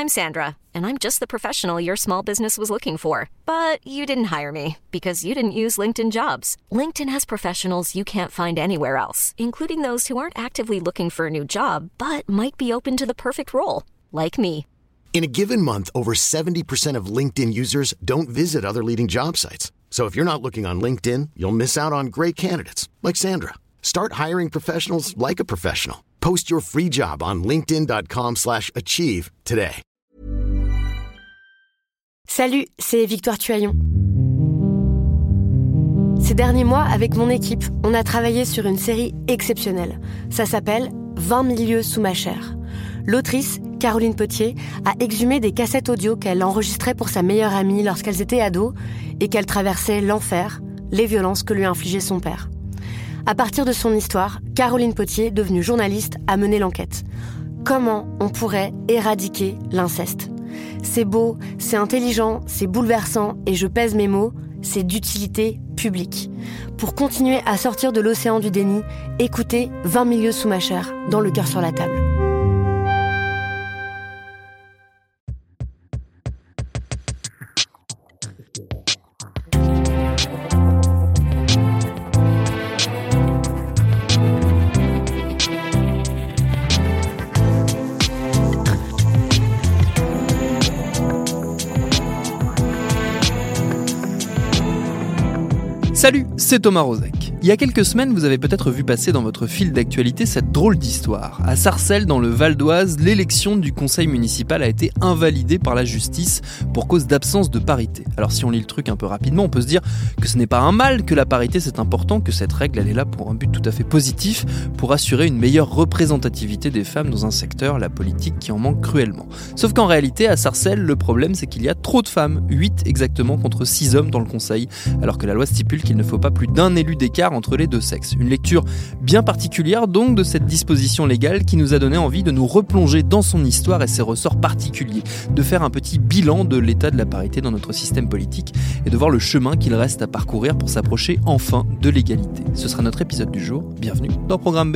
I'm Sandra, and I'm just the professional your small business was looking for. But you didn't hire me because you didn't use LinkedIn Jobs. LinkedIn has professionals you can't find anywhere else, including those who aren't actively looking for a new job, but might be open to the perfect role, like me. In a given month, over 70% of LinkedIn users don't visit other leading job sites. So if you're not looking on LinkedIn, you'll miss out on great candidates like Sandra. Start hiring professionals like a professional. Post your free job on linkedin.com/achieve today. Salut, c'est Victoire Tuaillon. Ces derniers mois, avec mon équipe, on a travaillé sur une série exceptionnelle. Ça s'appelle 20 000 lieues sous ma chair. L'autrice, Caroline Potier, a exhumé des cassettes audio qu'elle enregistrait pour sa meilleure amie lorsqu'elles étaient ados et qu'elle traversait l'enfer, les violences que lui infligeait son père. À partir de son histoire, Caroline Potier, devenue journaliste, a mené l'enquête. Comment on pourrait éradiquer l'inceste ? C'est beau, c'est intelligent, c'est bouleversant et je pèse mes mots, c'est d'utilité publique. Pour continuer à sortir de l'océan du déni, écoutez 20 000 lieues sous ma chair, dans Le cœur sur la table. Salut, c'est Thomas Rozek. Il y a quelques semaines, vous avez peut-être vu passer dans votre fil d'actualité cette drôle d'histoire. À Sarcelles, dans le Val d'Oise, l'élection du conseil municipal a été invalidée par la justice pour cause d'absence de parité. Alors si on lit le truc un peu rapidement, on peut se dire que ce n'est pas un mal, que la parité c'est important, que cette règle elle est là pour un but tout à fait positif, pour assurer une meilleure représentativité des femmes dans un secteur, la politique, qui en manque cruellement. Sauf qu'en réalité, à Sarcelles, le problème c'est qu'il y a trop de femmes, 8 exactement contre 6 hommes dans le conseil, alors que la loi stipule qu'il ne faut pas plus d'un élu d'écart entre les deux sexes. Une lecture bien particulière donc de cette disposition légale qui nous a donné envie de nous replonger dans son histoire et ses ressorts particuliers, de faire un petit bilan de l'état de la parité dans notre système politique et de voir le chemin qu'il reste à parcourir pour s'approcher enfin de l'égalité. Ce sera notre épisode du jour. Bienvenue dans Programme B.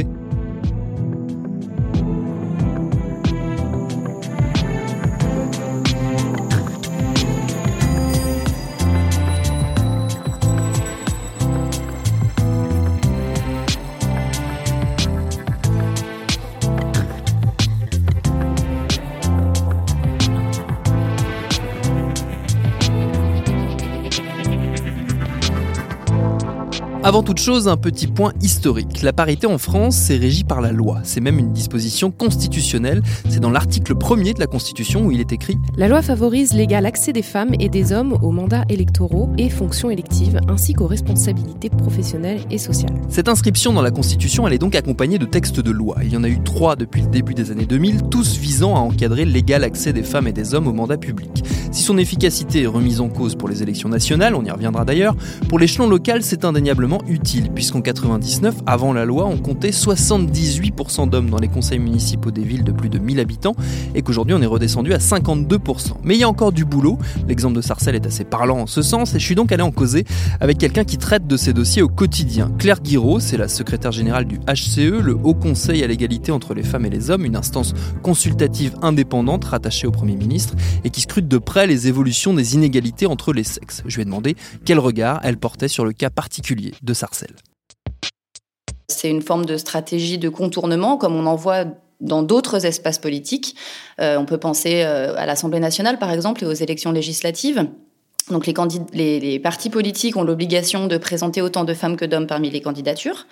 Avant toute chose, un petit point historique. La parité en France, c'est régi par la loi. C'est même une disposition constitutionnelle. C'est dans l'article 1er de la Constitution où il est écrit « La loi favorise l'égal accès des femmes et des hommes aux mandats électoraux et fonctions électives, ainsi qu'aux responsabilités professionnelles et sociales. » Cette inscription dans la Constitution, elle est donc accompagnée de textes de loi. Il y en a eu 3 depuis le début des années 2000, tous visant à encadrer l'égal accès des femmes et des hommes aux mandats publics. Si son efficacité est remise en cause pour les élections nationales, on y reviendra d'ailleurs, pour l'échelon local, c'est indéniablement utile, puisqu'en 99, avant la loi, on comptait 78% d'hommes dans les conseils municipaux des villes de plus de 1000 habitants, et qu'aujourd'hui on est redescendu à 52%. Mais il y a encore du boulot, l'exemple de Sarcelles est assez parlant en ce sens, et je suis donc allé en causer avec quelqu'un qui traite de ces dossiers au quotidien. Claire Guiraud, c'est la secrétaire générale du HCE, le Haut Conseil à l'égalité entre les femmes et les hommes, une instance consultative indépendante rattachée au Premier ministre, et qui scrute de près les évolutions des inégalités entre les sexes. Je lui ai demandé quel regard elle portait sur le cas particulier de Sarcelles. C'est une forme de stratégie de contournement, comme on en voit dans d'autres espaces politiques. On peut penser à l'Assemblée nationale, par exemple, et aux élections législatives. Donc les partis politiques ont l'obligation de présenter autant de femmes que d'hommes parmi les candidatures.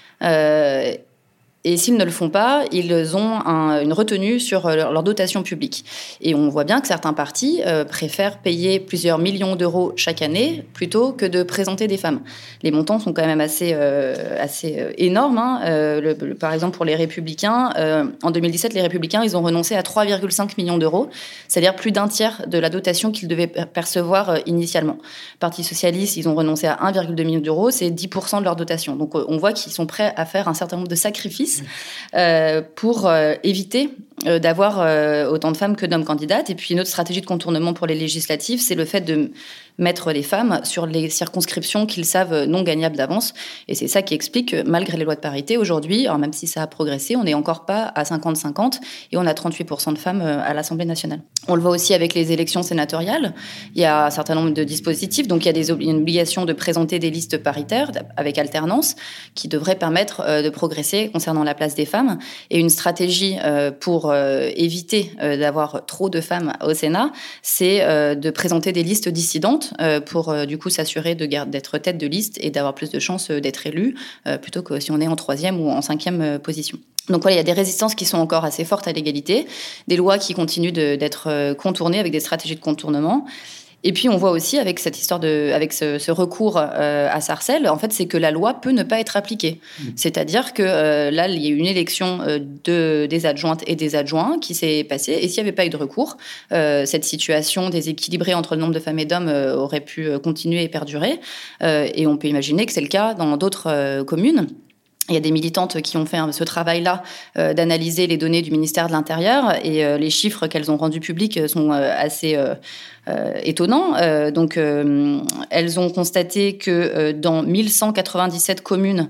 Et s'ils ne le font pas, ils ont une retenue sur leur dotation publique. Et on voit bien que certains partis préfèrent payer plusieurs millions d'euros chaque année plutôt que de présenter des femmes. Les montants sont quand même assez énormes. Par exemple, pour les Républicains, en 2017, les Républicains, ils ont renoncé à 3,5 millions d'euros, c'est-à-dire plus d'un tiers de la dotation qu'ils devaient percevoir initialement. Parti socialiste, ils ont renoncé à 1,2 million d'euros, c'est 10% de leur dotation. Donc on voit qu'ils sont prêts à faire un certain nombre de sacrifices pour éviter d'avoir autant de femmes que d'hommes candidates. Et puis une autre stratégie de contournement pour les législatives, c'est le fait de mettre les femmes sur les circonscriptions qu'ils savent non gagnables d'avance. Et c'est ça qui explique que malgré les lois de parité, aujourd'hui, alors même si ça a progressé, on n'est encore pas à 50-50 et on a 38% de femmes à l'Assemblée nationale. On le voit aussi avec les élections sénatoriales. Il y a un certain nombre de dispositifs. Donc, il y a une obligation de présenter des listes paritaires avec alternance qui devrait permettre de progresser concernant la place des femmes. Et une stratégie pour éviter d'avoir trop de femmes au Sénat, c'est de présenter des listes dissidentes pour du coup s'assurer d'être tête de liste et d'avoir plus de chances d'être élu plutôt que si on est en 3e ou en 5e position. Donc voilà, il y a des résistances qui sont encore assez fortes à l'égalité, des lois qui continuent d'être contournées avec des stratégies de contournement. Et puis on voit aussi avec cette histoire avec ce recours à Sarcelles, en fait, c'est que la loi peut ne pas être appliquée. C'est-à-dire que là, il y a eu une élection des adjointes et des adjoints qui s'est passée. Et s'il n'y avait pas eu de recours, cette situation déséquilibrée entre le nombre de femmes et d'hommes aurait pu continuer et perdurer. Et on peut imaginer que c'est le cas dans d'autres communes. Il y a des militantes qui ont fait ce travail-là d'analyser les données du ministère de l'Intérieur et les chiffres qu'elles ont rendus publics sont assez étonnants. Donc, elles ont constaté que dans 1197 communes,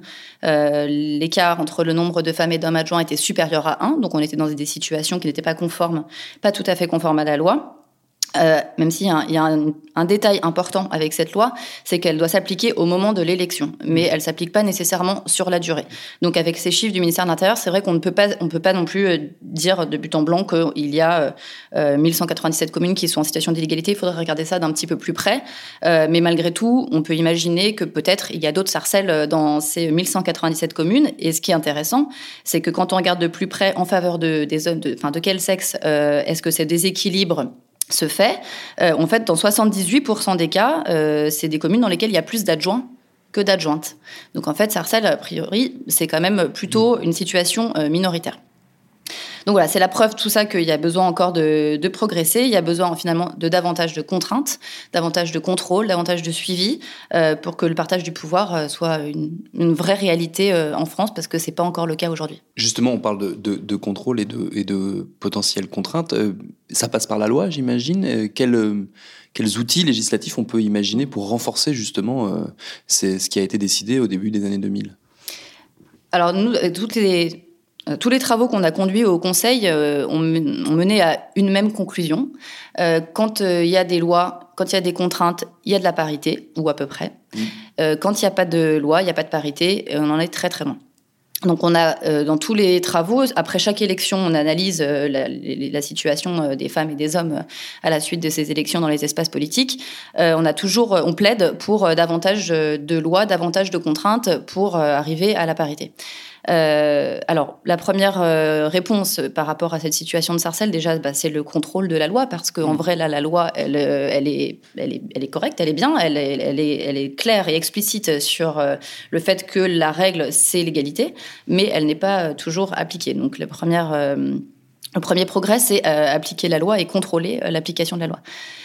l'écart entre le nombre de femmes et d'hommes adjoints était supérieur à 1. Donc, on était dans des situations qui n'étaient pas tout à fait conformes à la loi. Même s'il y a un détail important avec cette loi, c'est qu'elle doit s'appliquer au moment de l'élection, mais elle s'applique pas nécessairement sur la durée. Donc avec ces chiffres du ministère de l'Intérieur, c'est vrai qu'on ne peut pas non plus dire de but en blanc qu'il y a 1197 communes qui sont en situation d'illégalité. Il faudrait regarder ça d'un petit peu plus près. Mais malgré tout, on peut imaginer que peut-être il y a d'autres sarcelles dans ces 1197 communes. Et ce qui est intéressant, c'est que quand on regarde de plus près en faveur des hommes, de quel sexe est-ce que ces déséquilibres se fait, en fait, dans 78% des cas, c'est des communes dans lesquelles il y a plus d'adjoints que d'adjointes. Donc, en fait, Sarcelles, a priori, c'est quand même plutôt une situation minoritaire. Donc voilà, c'est la preuve tout ça qu'il y a besoin encore de progresser. Il y a besoin finalement de davantage de contraintes, davantage de contrôle, davantage de suivi pour que le partage du pouvoir soit une vraie réalité en France, parce que c'est pas encore le cas aujourd'hui. Justement, on parle de contrôle et de potentielles contraintes. Ça passe par la loi, j'imagine. Quels outils législatifs on peut imaginer pour renforcer justement ce qui a été décidé au début des années 2000 ? Alors nous, tous les travaux qu'on a conduits au Conseil ont mené à une même conclusion. Quand il y a des lois, quand il y a des contraintes, il y a de la parité, ou à peu près. Quand il n'y a pas de loi, il n'y a pas de parité, on en est très très loin. Donc on a, dans tous les travaux, après chaque élection, on analyse la situation des femmes et des hommes à la suite de ces élections dans les espaces politiques. On plaide pour davantage de lois, davantage de contraintes pour arriver à la parité. Alors, la première réponse par rapport à cette situation de Sarcelles, déjà, c'est le contrôle de la loi, parce qu'en vrai, là, la loi, elle est correcte, elle est bien, elle est claire et explicite sur le fait que la règle, c'est l'égalité, mais elle n'est pas toujours appliquée. Donc, le premier progrès, c'est appliquer la loi et contrôler l'application de la loi.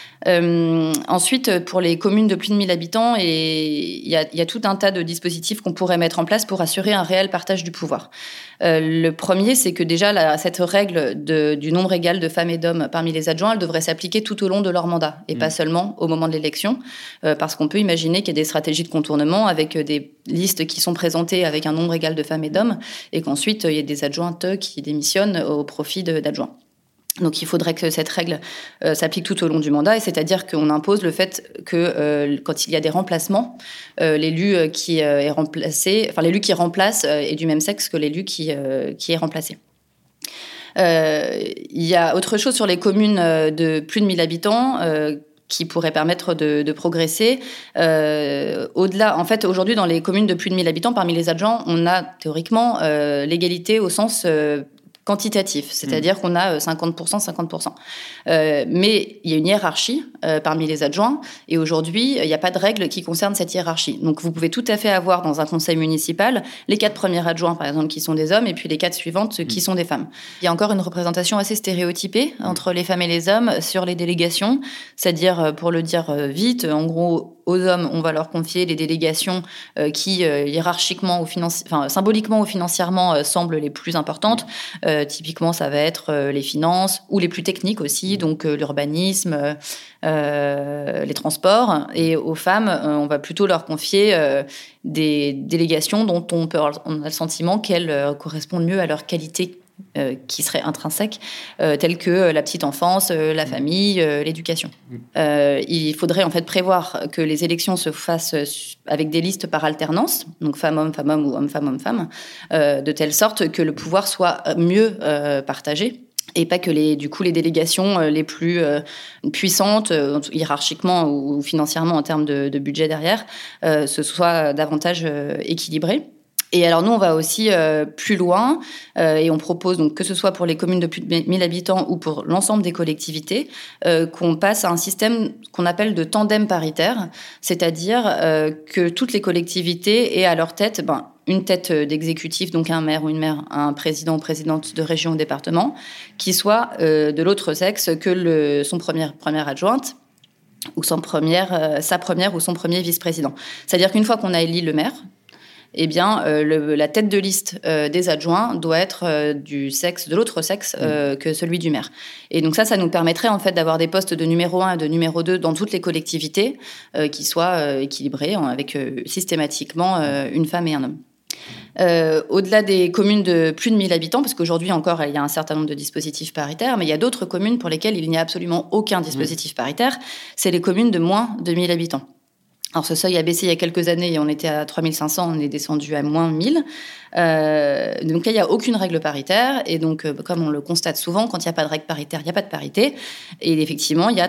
Ensuite, pour les communes de plus de 1000 habitants, il y a tout un tas de dispositifs qu'on pourrait mettre en place pour assurer un réel partage du pouvoir. Le premier, c'est que déjà, cette règle du nombre égal de femmes et d'hommes parmi les adjoints, elle devrait s'appliquer tout au long de leur mandat, et pas seulement au moment de l'élection, parce qu'on peut imaginer qu'il y a des stratégies de contournement avec des listes qui sont présentées avec un nombre égal de femmes et d'hommes, et qu'ensuite, il y a des adjointes qui démissionnent au profit d'adjoints. Donc il faudrait que cette règle s'applique tout au long du mandat, et c'est-à-dire qu'on impose le fait que quand il y a des remplacements, l'élu qui est remplacé, enfin l'élu qui remplace est du même sexe que l'élu qui est remplacé. Il y a autre chose sur les communes de plus de 1000 habitants qui pourrait permettre de progresser. Au-delà, en fait, aujourd'hui, dans les communes de plus de 1000 habitants, parmi les adjoints, on a théoriquement l'égalité au sens quantitatif, c'est-à-dire qu'on a 50%, 50%. Mais il y a une hiérarchie parmi les adjoints, et aujourd'hui, il n'y a pas de règle qui concerne cette hiérarchie. Donc, vous pouvez tout à fait avoir dans un conseil municipal les 4 premiers adjoints, par exemple, qui sont des hommes, et puis les 4 suivantes qui sont des femmes. Il y a encore une représentation assez stéréotypée entre les femmes et les hommes sur les délégations, c'est-à-dire, pour le dire vite, en gros, aux hommes, on va leur confier les délégations qui hiérarchiquement symboliquement ou financièrement semblent les plus importantes. Typiquement, ça va être les finances ou les plus techniques aussi, donc l'urbanisme, les transports. Et aux femmes, on va plutôt leur confier des délégations dont on a le sentiment qu'elles correspondent mieux à leurs qualités qui seraient intrinsèques, telles que la petite enfance, la famille, l'éducation. Il faudrait en fait prévoir que les élections se fassent avec des listes par alternance, donc femme-homme ou homme-femme, homme-femme, de telle sorte que le pouvoir soit mieux partagé. Et pas que les délégations les plus puissantes, hiérarchiquement ou financièrement en termes de budget derrière, ce soit davantage équilibré. Et alors nous, on va aussi plus loin et on propose, donc, que ce soit pour les communes de plus de 1000 habitants ou pour l'ensemble des collectivités, qu'on passe à un système qu'on appelle de tandem paritaire, c'est-à-dire que toutes les collectivités aient à leur tête une tête d'exécutif, donc un maire ou une maire, un président ou présidente de région ou département, qui soit de l'autre sexe que son première adjointe ou sa première ou son premier vice-président. C'est-à-dire qu'une fois qu'on a élu le maire, eh bien, la tête de liste des adjoints doit être de l'autre sexe que celui du maire. Et donc ça nous permettrait en fait d'avoir des postes de numéro 1 et de numéro 2 dans toutes les collectivités qui soient équilibrés, avec systématiquement une femme et un homme. Au-delà des communes de plus de 1000 habitants, parce qu'aujourd'hui encore, il y a un certain nombre de dispositifs paritaires, mais il y a d'autres communes pour lesquelles il n'y a absolument aucun dispositif paritaire, c'est les communes de moins de 1000 habitants. Alors, ce seuil a baissé il y a quelques années et on était à 3500, on est descendu à moins 1000. Donc là, il n'y a aucune règle paritaire. Et donc, comme on le constate souvent, quand il n'y a pas de règle paritaire, il n'y a pas de parité. Et effectivement, il y a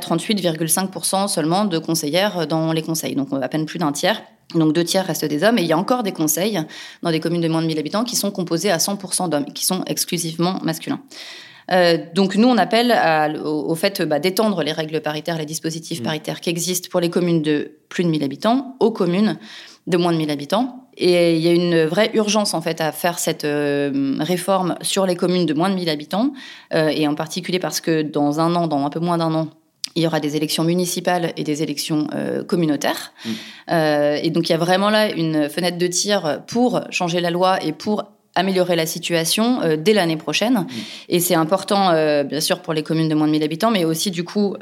38,5% seulement de conseillères dans les conseils. Donc, à peine plus d'un tiers. Donc 2 tiers restent des hommes. Et il y a encore des conseils dans des communes de moins de 1000 habitants qui sont composés à 100% d'hommes, qui sont exclusivement masculins. Donc nous, on appelle au fait d'étendre les règles paritaires, les dispositifs paritaires qui existent pour les communes de plus de 1000 habitants aux communes de moins de 1000 habitants. Et il y a une vraie urgence en fait à faire cette réforme sur les communes de moins de 1000 habitants, et en particulier parce que dans un peu moins d'un an, il y aura des élections municipales et des élections communautaires. Et donc il y a vraiment là une fenêtre de tir pour changer la loi et pour améliorer la situation dès l'année prochaine. Et c'est important, bien sûr, pour les communes de moins de 1000 habitants, mais aussi, du coup,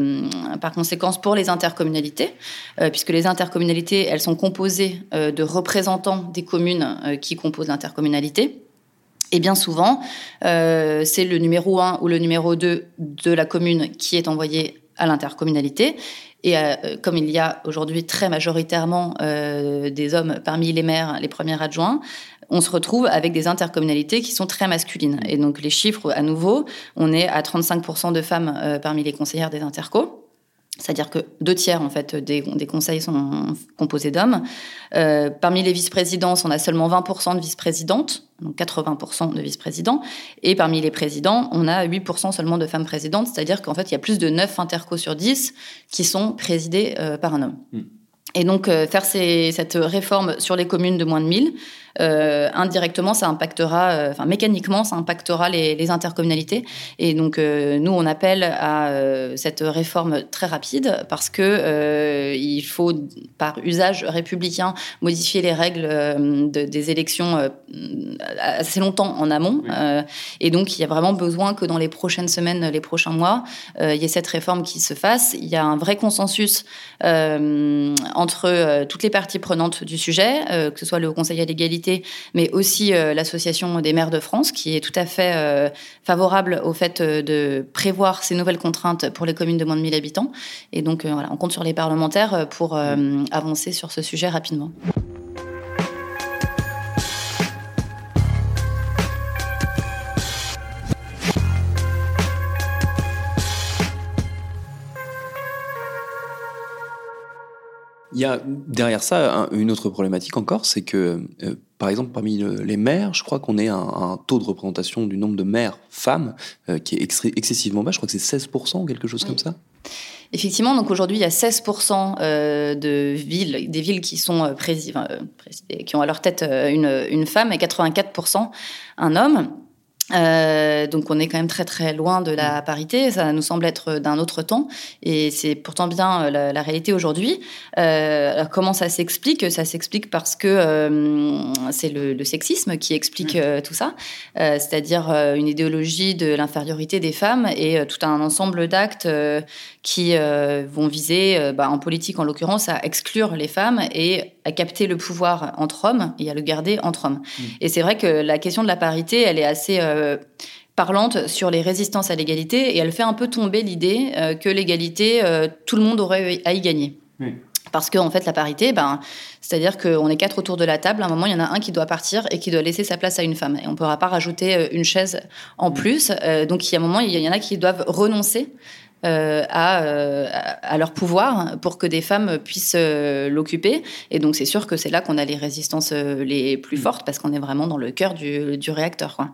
par conséquence, pour les intercommunalités, puisque les intercommunalités, elles sont composées de représentants des communes qui composent l'intercommunalité. Et bien souvent, c'est le numéro 1 ou le numéro 2 de la commune qui est envoyé à l'intercommunalité. Et comme il y a aujourd'hui très majoritairement des hommes parmi les maires, les premiers adjoints, on se retrouve avec des intercommunalités qui sont très masculines. Et donc les chiffres, à nouveau, on est à 35% de femmes parmi les conseillères des intercos. C'est-à-dire que 2 tiers en fait, des conseils sont composés d'hommes. Parmi les vice-présidences, on a seulement 20% de vice-présidentes, donc 80% de vice-présidents. Et parmi les présidents, on a 8% seulement de femmes présidentes. C'est-à-dire qu'en fait, il y a plus de 9 intercos sur 10 qui sont présidés par un homme. Et donc, faire cette réforme sur les communes de moins de 1000, indirectement, ça impactera, mécaniquement, ça impactera les intercommunalités. Et donc, nous, on appelle à cette réforme très rapide parce que il faut, par usage républicain, modifier les règles des élections assez longtemps en amont. Et donc, il y a vraiment besoin que dans les prochaines semaines, les prochains mois, il y ait cette réforme qui se fasse. Il y a un vrai consensus entre toutes les parties prenantes du sujet, que ce soit le Conseil à l'égalité, mais aussi l'Association des maires de France, qui est tout à fait favorable au fait de prévoir ces nouvelles contraintes pour les communes de moins de 1000 habitants. Et donc, on compte sur les parlementaires pour avancer sur ce sujet rapidement. Il y a derrière ça une autre problématique encore, c'est que, par exemple, parmi les maires, je crois qu'on est un taux de représentation du nombre de maires femmes qui est excessivement bas. Je crois que c'est 16% ou quelque chose comme ça. Effectivement, donc aujourd'hui, il y a 16% des villes qui sont qui ont à leur tête une femme et 84% un homme. Donc on est quand même très très loin de la parité, ça nous semble être d'un autre temps et c'est pourtant bien la réalité aujourd'hui. Alors comment ça s'explique ? Ça s'explique parce que c'est le sexisme qui explique tout ça, c'est-à-dire une idéologie de l'infériorité des femmes et tout un ensemble d'actes qui vont viser, en politique en l'occurrence, à exclure les femmes et à capter le pouvoir entre hommes et à le garder entre hommes. Et c'est vrai que la question de la parité, elle est assez parlante sur les résistances à l'égalité et elle fait un peu tomber l'idée que l'égalité, tout le monde aurait à y gagner. Oui. Parce qu'en fait, la parité, c'est-à-dire qu'on est 4 autour de la table. À un moment, il y en a un qui doit partir et qui doit laisser sa place à une femme. Et on ne pourra pas rajouter une chaise en plus. Donc, il y a un moment, il y en a qui doivent renoncer à leur pouvoir pour que des femmes puissent l'occuper. Et donc, c'est sûr que c'est là qu'on a les résistances les plus fortes parce qu'on est vraiment dans le cœur du réacteur, quoi.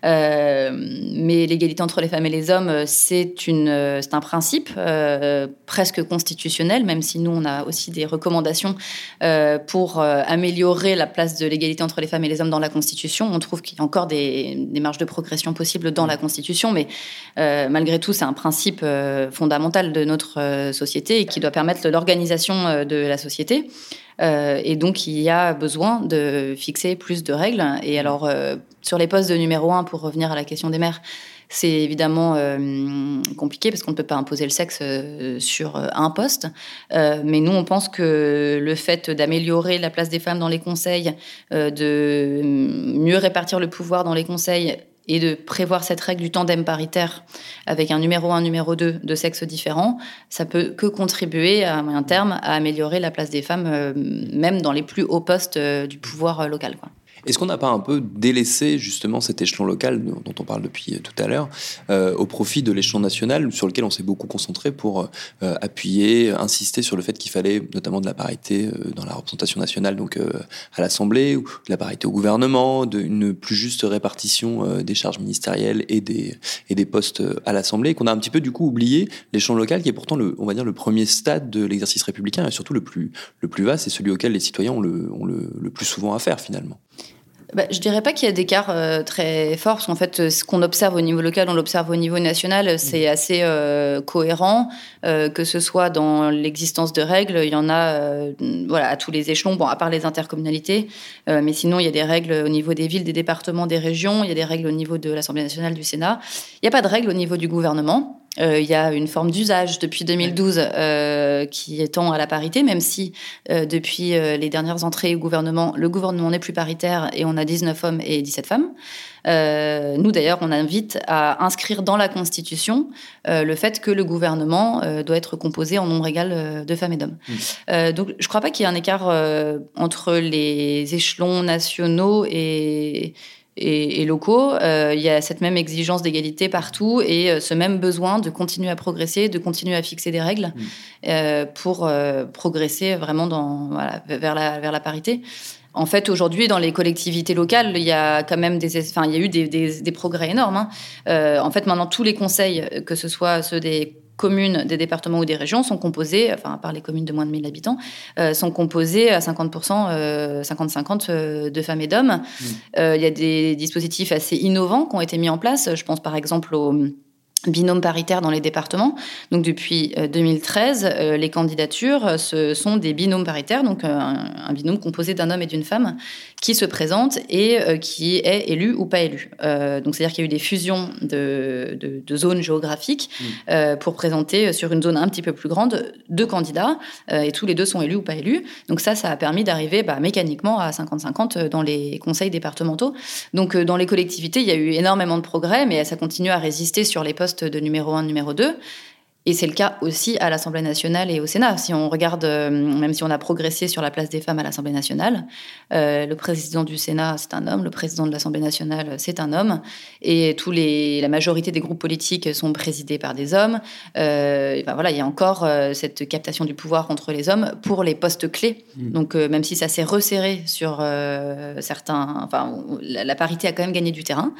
Mais l'égalité entre les femmes et les hommes, c'est un principe presque constitutionnel, même si nous, on a aussi des recommandations pour améliorer la place de l'égalité entre les femmes et les hommes dans la Constitution. On trouve qu'il y a encore des marges de progression possibles dans la Constitution, mais malgré tout, c'est un principe fondamental de notre société et qui doit permettre l'organisation de la société. Et donc, il y a besoin de fixer plus de règles. Et alors, sur les postes de numéro 1, pour revenir à la question des mères, c'est évidemment compliqué parce qu'on ne peut pas imposer le sexe sur un poste. Mais nous, on pense que le fait d'améliorer la place des femmes dans les conseils, de mieux répartir le pouvoir dans les conseils et de prévoir cette règle du tandem paritaire avec un numéro 1, numéro 2 de sexes différents, ça peut que contribuer à moyen terme à améliorer la place des femmes, même dans les plus hauts postes du pouvoir local, quoi. Est-ce qu'on n'a pas un peu délaissé justement cet échelon local dont on parle depuis tout à l'heure au profit de l'échelon national sur lequel on s'est beaucoup concentré pour appuyer, insister sur le fait qu'il fallait notamment de la parité dans la représentation nationale, donc à l'Assemblée, ou de la parité au gouvernement, une plus juste répartition des charges ministérielles et des postes à l'Assemblée, et qu'on a un petit peu du coup oublié l'échelon local qui est pourtant on va dire le premier stade de l'exercice républicain et surtout le plus vaste et celui auquel les citoyens ont le plus souvent affaire finalement. Je dirais pas qu'il y a d'écart très fort, parce qu'en fait, ce qu'on observe au niveau local, on l'observe au niveau national, c'est assez cohérent, que ce soit dans l'existence de règles, il y en a à tous les échelons, à part les intercommunalités, mais sinon, il y a des règles au niveau des villes, des départements, des régions, il y a des règles au niveau de l'Assemblée nationale, du Sénat. Il n'y a pas de règles au niveau du gouvernement. Il y a une forme d'usage depuis 2012 qui tend à la parité, même si depuis les dernières entrées au gouvernement, le gouvernement n'est plus paritaire et on a 19 hommes et 17 femmes. Nous, d'ailleurs, on invite à inscrire dans la Constitution le fait que le gouvernement doit être composé en nombre égal de femmes et d'hommes. Donc, je ne crois pas qu'il y ait un écart entre les échelons nationaux et locaux. Il y a cette même exigence d'égalité partout et ce même besoin de continuer à progresser, de continuer à fixer des règles pour progresser vraiment vers la parité. En fait, aujourd'hui, dans les collectivités locales, il y a quand même il y a eu des progrès énormes. En fait, maintenant, tous les conseils, que ce soit ceux des communes, des départements ou des régions, sont composés, à part les communes de moins de 1000 habitants, sont composés à 50%, 50-50 de femmes et d'hommes. Il y a des dispositifs assez innovants qui ont été mis en place. Je pense par exemple au binôme paritaire dans les départements. Donc depuis 2013, les candidatures, ce sont des binômes paritaires, donc un binôme composé d'un homme et d'une femme qui se présente et qui est élu ou pas élu. Donc c'est-à-dire qu'il y a eu des fusions de zones géographiques pour présenter sur une zone un petit peu plus grande 2 candidats et tous les 2 sont élus ou pas élus. Donc ça a permis d'arriver mécaniquement à 50-50 dans les conseils départementaux. Donc dans les collectivités, il y a eu énormément de progrès, mais ça continue à résister sur les postes de numéro 1, numéro 2. Et c'est le cas aussi à l'Assemblée nationale et au Sénat. Si on regarde, même si on a progressé sur la place des femmes à l'Assemblée nationale, le président du Sénat, c'est un homme, le président de l'Assemblée nationale, c'est un homme, et la majorité des groupes politiques sont présidés par des hommes. Il y a encore cette captation du pouvoir entre les hommes pour les postes clés. Donc, même si ça s'est resserré sur certains... la parité a quand même gagné du terrain.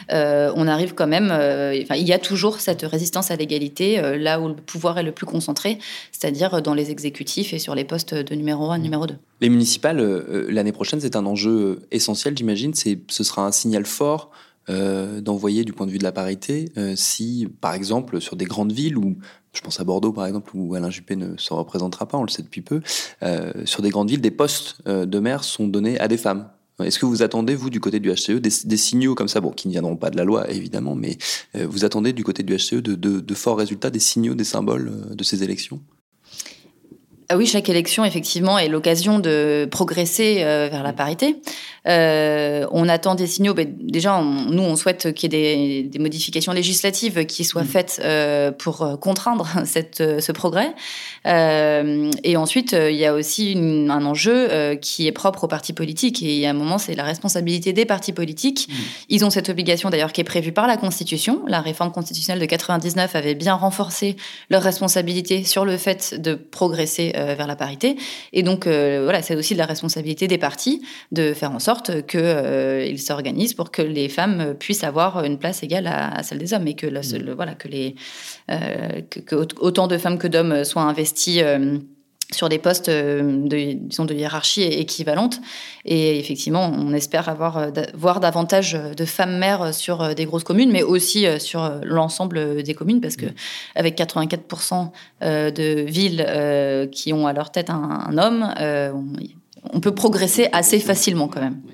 On arrive quand même... il y a toujours cette résistance à l'égalité, là où le pouvoir est le plus concentré, c'est-à-dire dans les exécutifs et sur les postes de numéro 1, numéro 2. Les municipales, l'année prochaine, c'est un enjeu essentiel, j'imagine. Ce sera un signal fort d'envoyer du point de vue de la parité si, par exemple, sur des grandes villes où, je pense à Bordeaux par exemple, où Alain Juppé ne se représentera pas, on le sait depuis peu, sur des grandes villes, des postes de maire sont donnés à des femmes. Est-ce que vous attendez, vous, du côté du HCE, des signaux comme ça, qui ne viendront pas de la loi, évidemment, mais vous attendez du côté du HCE de forts résultats, des signaux, des symboles de ces élections ? Ah oui, chaque élection, effectivement, est l'occasion de progresser vers la parité. On attend des signaux. Déjà, nous, on souhaite qu'il y ait des modifications législatives qui soient faites pour contraindre ce progrès. Et ensuite, il y a aussi un enjeu qui est propre aux partis politiques. Et il y a un moment, c'est la responsabilité des partis politiques. Ils ont cette obligation, d'ailleurs, qui est prévue par la Constitution. La réforme constitutionnelle de 99 avait bien renforcé leur responsabilité sur le fait de progresser vers la parité. Et donc, voilà, c'est aussi de la responsabilité des partis de faire en sorte qu'ils s'organisent pour que les femmes puissent avoir une place égale à celle des hommes et que, que autant de femmes que d'hommes soient investis sur des postes de hiérarchie équivalente. Et effectivement, on espère voir davantage de femmes maires sur des grosses communes, mais aussi sur l'ensemble des communes, parce que avec 84% de villes qui ont à leur tête un homme, on peut progresser assez facilement quand même.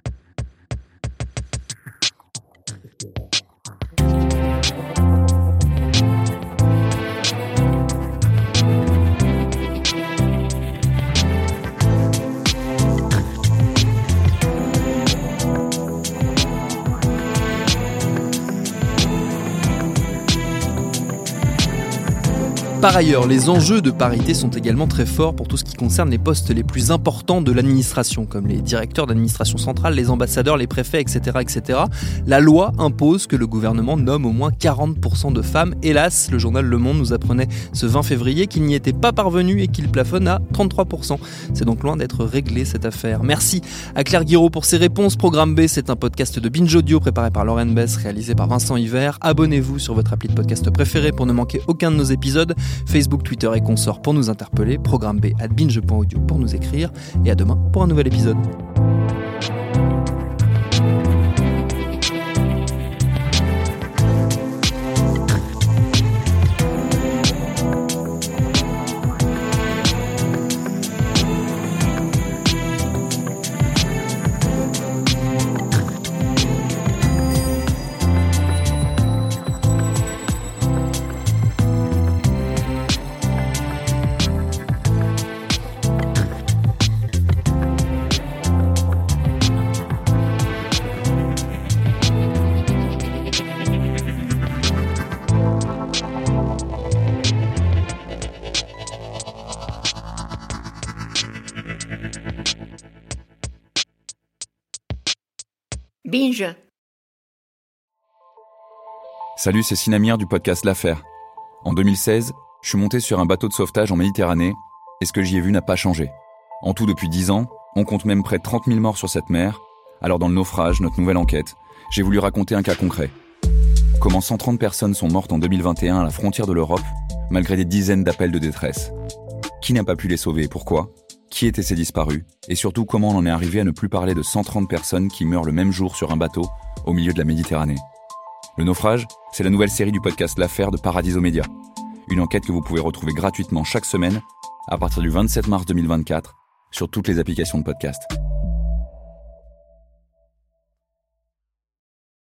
Par ailleurs, les enjeux de parité sont également très forts pour tout ce qui concerne les postes les plus importants de l'administration, comme les directeurs d'administration centrale, les ambassadeurs, les préfets, etc., etc. La loi impose que le gouvernement nomme au moins 40% de femmes. Hélas, le journal Le Monde nous apprenait ce 20 février qu'il n'y était pas parvenu et qu'il plafonne à 33%. C'est donc loin d'être réglé cette affaire. Merci à Claire Guiraud pour ses réponses. Programme B, c'est un podcast de Binge Audio préparé par Lauren Bess, réalisé par Vincent Hiver. Abonnez-vous sur votre appli de podcast préféré pour ne manquer aucun de nos épisodes. Facebook, Twitter et consorts pour nous interpeller, programme B@binge.audio pour nous écrire, et à demain pour un nouvel épisode. Binge. Salut, c'est Sinamir du podcast L'Affaire. En 2016, je suis monté sur un bateau de sauvetage en Méditerranée et ce que j'y ai vu n'a pas changé. En tout, depuis 10 ans, on compte même près de 30 000 morts sur cette mer. Alors dans le naufrage, notre nouvelle enquête, j'ai voulu raconter un cas concret. Comment 130 personnes sont mortes en 2021 à la frontière de l'Europe, malgré des dizaines d'appels de détresse. Qui n'a pas pu les sauver et pourquoi ? Qui étaient ces disparus ? Et surtout, comment on en est arrivé à ne plus parler de 130 personnes qui meurent le même jour sur un bateau au milieu de la Méditerranée ? Le naufrage, c'est la nouvelle série du podcast L'Affaire de Paradiso Média. Une enquête que vous pouvez retrouver gratuitement chaque semaine à partir du 27 mars 2024 sur toutes les applications de podcast.